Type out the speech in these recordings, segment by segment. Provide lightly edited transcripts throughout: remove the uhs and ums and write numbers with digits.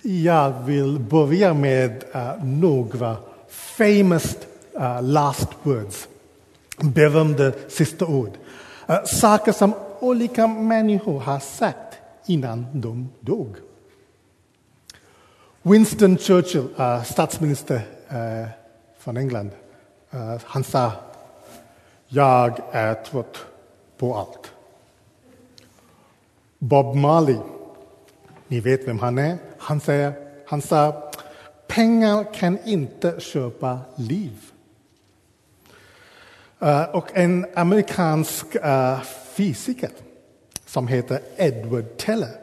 Jag vill börja med några famous last words. Berömda sista ord. Saker som olika människor har sagt innan de dog. Winston Churchill, statsminister från England, han sa: jag är trött på allt. Bob Marley, ni vet vem han är. Han sa: pengar kan inte köpa liv. Och en amerikansk fysiker som heter Edward Teller,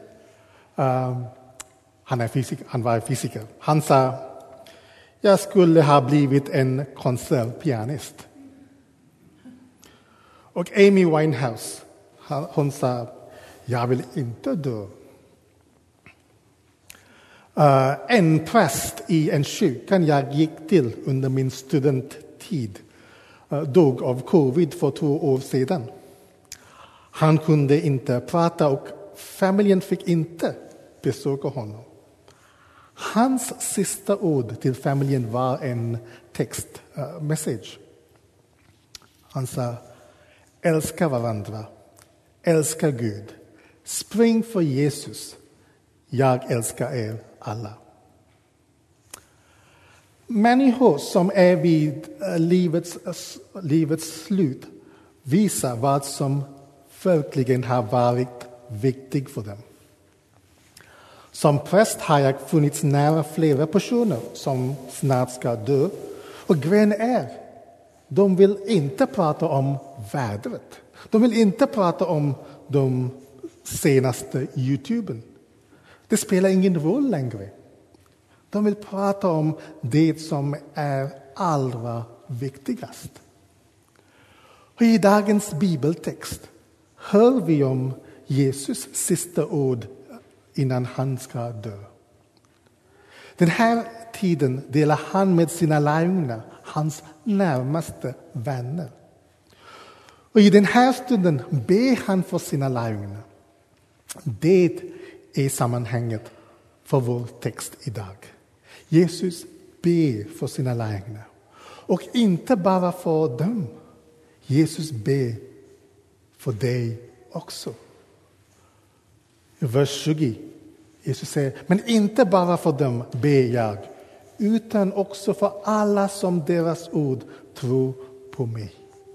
han var fysiker. Han sa: jag skulle ha blivit en konsertpianist. Och Amy Winehouse, hon sa: jag vill inte dö. En präst i en kyrkan jag gick till under min studenttid dog av covid för 2 år sedan. Han kunde inte prata och familjen fick inte besöka honom. Hans sista ord till familjen var en textmessage. Han sa: älska varandra, älska Gud, spring för Jesus, jag älskar er alla. Människor som är vid livets slut visar vad som verkligen har varit viktigt för dem. Som präst har jag funnits nära flera personer som snart ska dö. Och grejen är, de vill inte prata om vädret. De vill inte prata om de senaste YouTuben. Det spelar ingen roll längre. De vill prata om det som är allra viktigast. Och i dagens bibeltext hör vi om Jesus sista ord innan han ska dö. Den här tiden delar han med sina lärjungar, hans närmaste vänner. Och i den här stunden ber han för sina lärjungar. Det är sammanhanget för vår text idag. Jesus ber för sina lärjungar. Och inte bara för dem. Jesus ber för dig också. I vers 20, Jesus säger: men inte bara för dem ber jag, utan också för alla som deras ord tror på mig.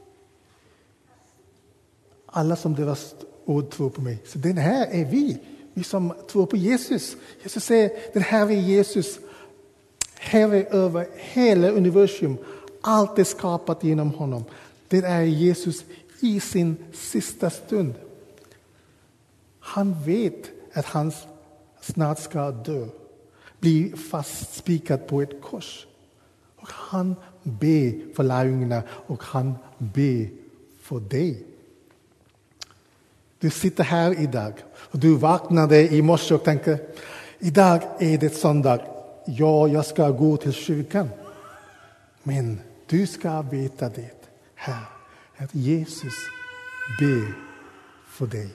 Alla som deras ord tror på mig. Så den här är vi som tror på Jesus. Jesus säger: den här är Jesus, herre över hela universum. Allt är skapat genom honom. Det är Jesus i sin sista stund. Han vet att han snart ska dö. Bli fastspikad på ett kors. Och han ber för lärjungarna och han ber för dig. Du sitter här idag och du vaknade i morse och tänker: idag är det söndag. Ja, jag ska gå till kyrkan. Men du ska veta det här, att Jesus ber för dig.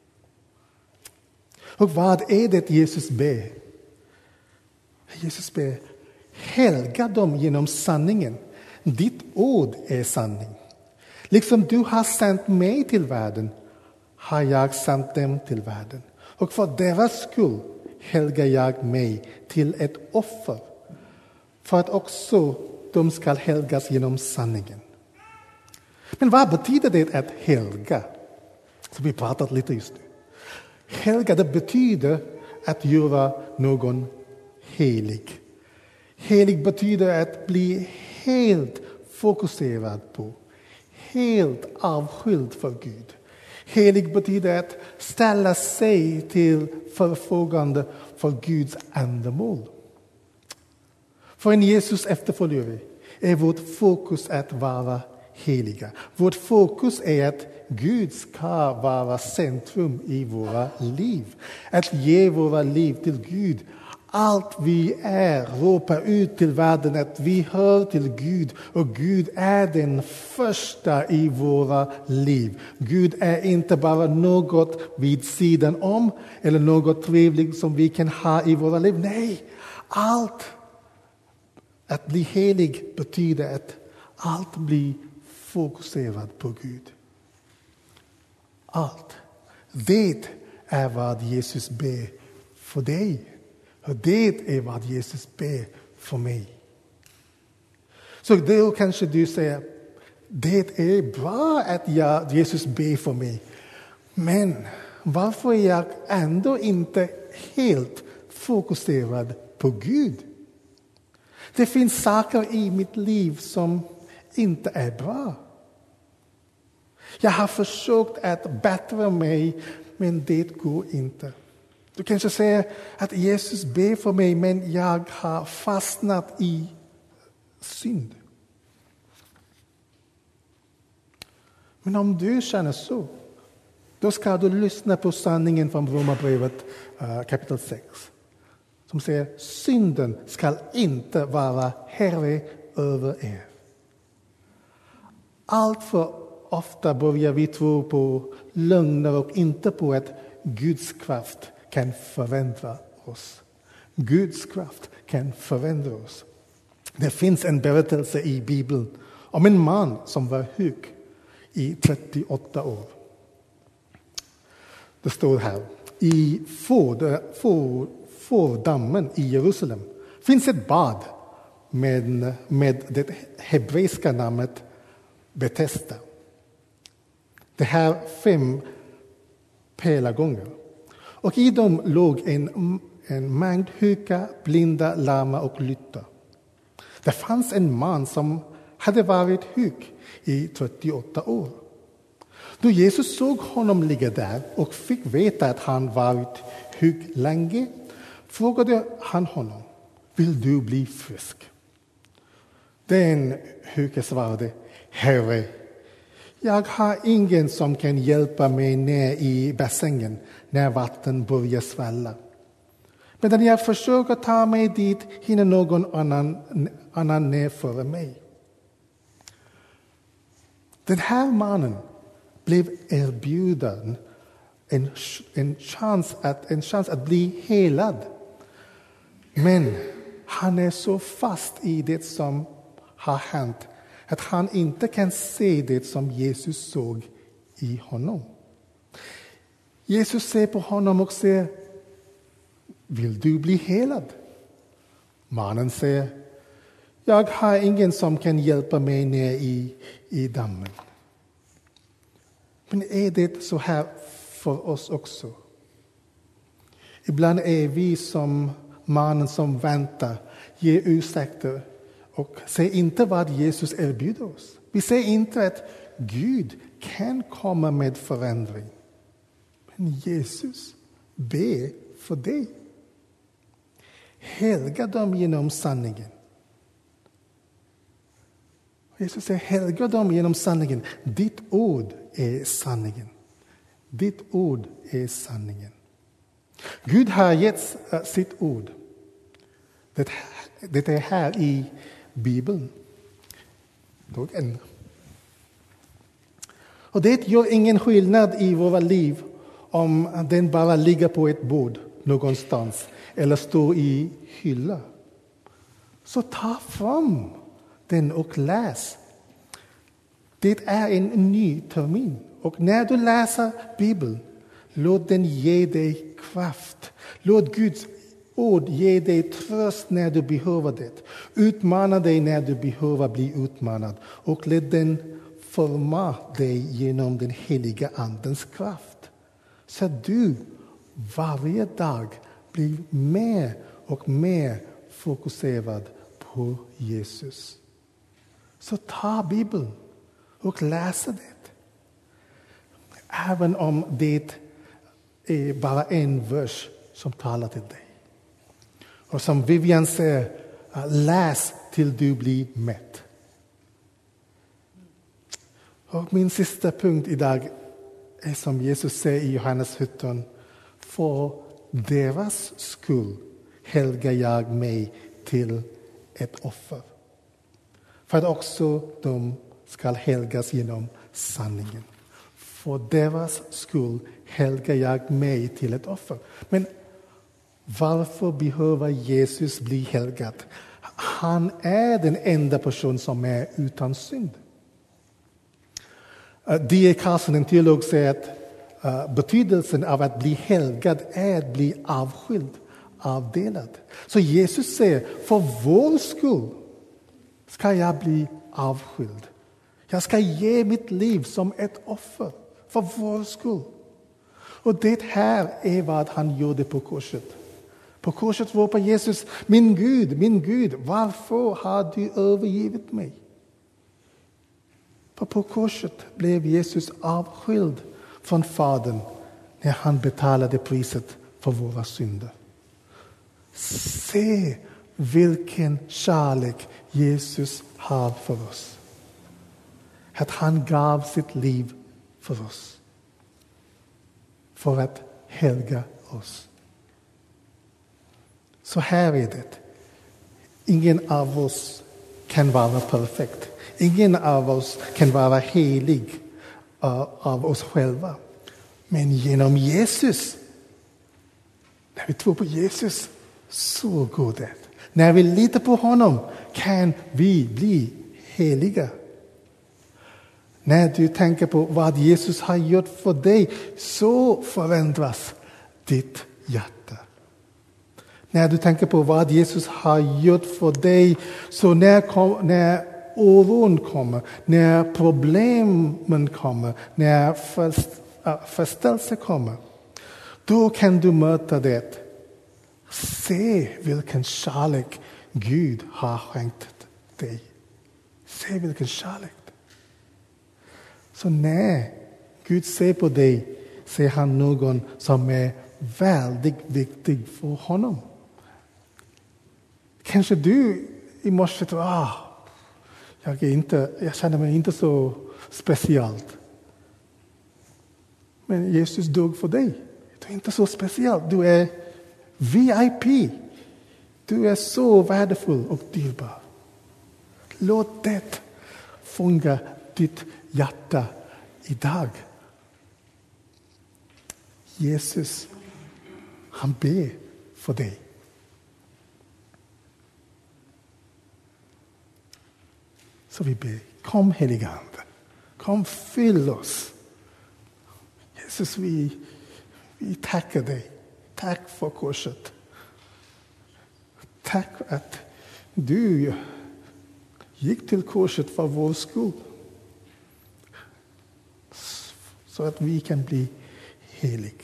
Och vad är det Jesus ber? Jesus ber: helga dem genom sanningen. Ditt ord är sanning. Liksom du har sänt mig till världen har jag sänt dem till världen. Och för deras skull helgar jag mig till ett offer. För att också de ska helgas genom sanningen. Men vad betyder det att helga? Så vi pratat lite just nu. Helga, det betyder att göra någon helig. Helig betyder att bli helt fokuserad på. Helt avskild för Gud. Helig betyder att ställa sig till förfogande för Guds ändamål. För en Jesus efterföljare är vårt fokus att vara heliga. Vårt fokus är att Gud ska vara centrum i våra liv. Att ge våra liv till Gud Allt vi är ropar ut till världen att vi hör till Gud. Och Gud är den första i våra liv. Gud är inte bara något vid sidan om. Eller något trevligt som vi kan ha i våra liv. Nej, allt. Att bli helig betyder att allt blir fokuserat på Gud. Allt. Det är vad Jesus ber för dig. Och det är vad Jesus ber för mig. Så då kanske du säger, det är bra att Jesus ber för mig. Men varför är jag ändå inte helt fokuserad på Gud? Det finns saker i mitt liv som inte är bra. Jag har försökt att bättra mig, men det går inte. Du kanske säger att Jesus ber för mig, men jag har fastnat i synd. Men om du känner så, då ska du lyssna på sanningen från Romarbrevet kapitel 6. Som säger, synden ska inte vara herre över er. Allt för ofta börjar vi tro på lögner och inte på att Guds kraft kan förändra oss. Guds kraft kan förändra oss. Det finns en berättelse i Bibeln om en man som var sjuk i 38 år. Det står här, i Fårdammen i Jerusalem finns ett bad med det hebreiska namnet Betesda. Det här 5 pelargångar. Och i dem låg en mängd sjuka, blinda, lama och lytta. Det fanns en man som hade varit sjuk i 38 år. Då Jesus såg honom ligga där och fick veta att han varit sjuk länge, frågade han honom, vill du bli frisk? Den sjuke svarade, Herre, jag har ingen som kan hjälpa mig ner i bassängen när vatten börjar svälla. Men när jag försöker ta mig dit hinner någon annan ner före mig. Den här mannen blev erbjuden en chans att bli helad. Men han är så fast i det som har hänt att han inte kan se det som Jesus såg i honom. Jesus ser på honom och säger, vill du bli helad? Mannen säger, jag har ingen som kan hjälpa mig ner i dammen. Men är det så här för oss också? Ibland är vi som mannen som väntar, ger ursäkter och säger inte vad Jesus erbjuder oss. Vi säger inte att Gud kan komma med förändring. Men Jesus ber för dig. Helga dem genom sanningen. Jesus säger, helga dem genom sanningen. Ditt ord är sanningen. Ditt ord är sanningen. Gud har gett sitt ord. Det är här i Bibeln. Och det gör ingen skillnad i våra liv om den bara ligger på ett bord någonstans eller står i hylla. Så ta fram den och läs. Det är en ny termin. Och när du läser Bibeln, låt den ge dig kraft. Låt Guds ord ge dig tröst när du behöver det. Utmana dig när du behöver bli utmanad. Och låt den forma dig genom den heliga andens kraft. Så att du varje dag blir mer och mer fokuserad på Jesus. Så ta Bibeln och läs det. Även om det är bara en vers som talar till dig. Och som Vivian säger, läs till du blir mätt. Och min sista punkt idag är som Jesus säger i Johannes 17. För deras skull helgar jag mig till ett offer. För att också de ska helgas genom sanningen. För deras skull helgar jag mig till ett offer. Men varför behöver Jesus bli helgad? Han är den enda person som är utan synd. D.A. Carson, en teolog, säger att betydelsen av att bli helgad är att bli avskild, avdelad. Så Jesus säger, för vår skull ska jag bli avskild. Jag ska ge mitt liv som ett offer för vår skull. Och det här är vad han gjorde på korset. På korset ropar Jesus, min Gud, varför har du övergivit mig? För på korset blev Jesus avskild från Fadern när han betalade priset för våra synder. Se vilken kärlek Jesus har för oss. Att han gav sitt liv för oss. För att helga oss. Så här är det. Ingen av oss kan vara perfekt. Ingen av oss kan vara helig av oss själva. Men genom Jesus, när vi tror på Jesus, så går det. När vi litar på honom kan vi bli heliga. När du tänker på vad Jesus har gjort för dig, så förändras ditt hjärta. När du tänker på vad Jesus har gjort för dig, så när oron kommer, när problemen kommer, när förställelse kommer, då kan du möta det. Se vilken kärlek Gud har skänkt dig. Se vilken kärlek. Så när Gud ser på dig, ser han någon som är väldigt viktig för honom. Kanske du i morse tror, jag känner mig inte så speciellt. Men Jesus dog för dig. Du är inte så speciell. Du är VIP. Du är så värdefull och dyrbar. Låt det fånga ditt hjärta idag. Jesus, han ber för dig. Så vi ber, kom helige Ande. Kom, fyll oss. Jesus, vi tackar dig. Tack för korset. Tack att du gick till korset för vår skull. Så att vi kan bli helig.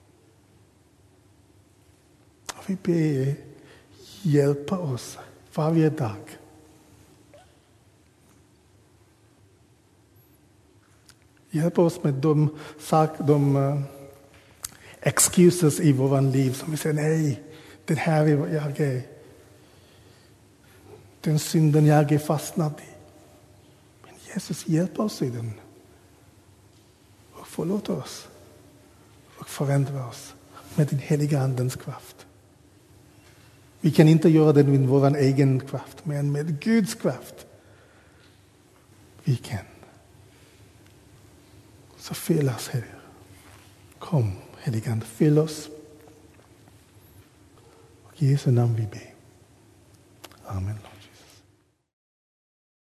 Vi ber, hjälpa oss varje dag. Hjälp oss med de excuses i våran liv som vi säger, nej, det här är vad jag är. Den synden jag är fastnad i. Men Jesus, hjälp oss i den. Och förlåt oss. Och förändra oss med din heliga andens kraft. Vi kan inte göra det med vår egen kraft, men med Guds kraft. Vi kan. Så fyll oss, Herre. Kom, helige Ande, fyll oss. Och i Jesu namn vi ber. Amen.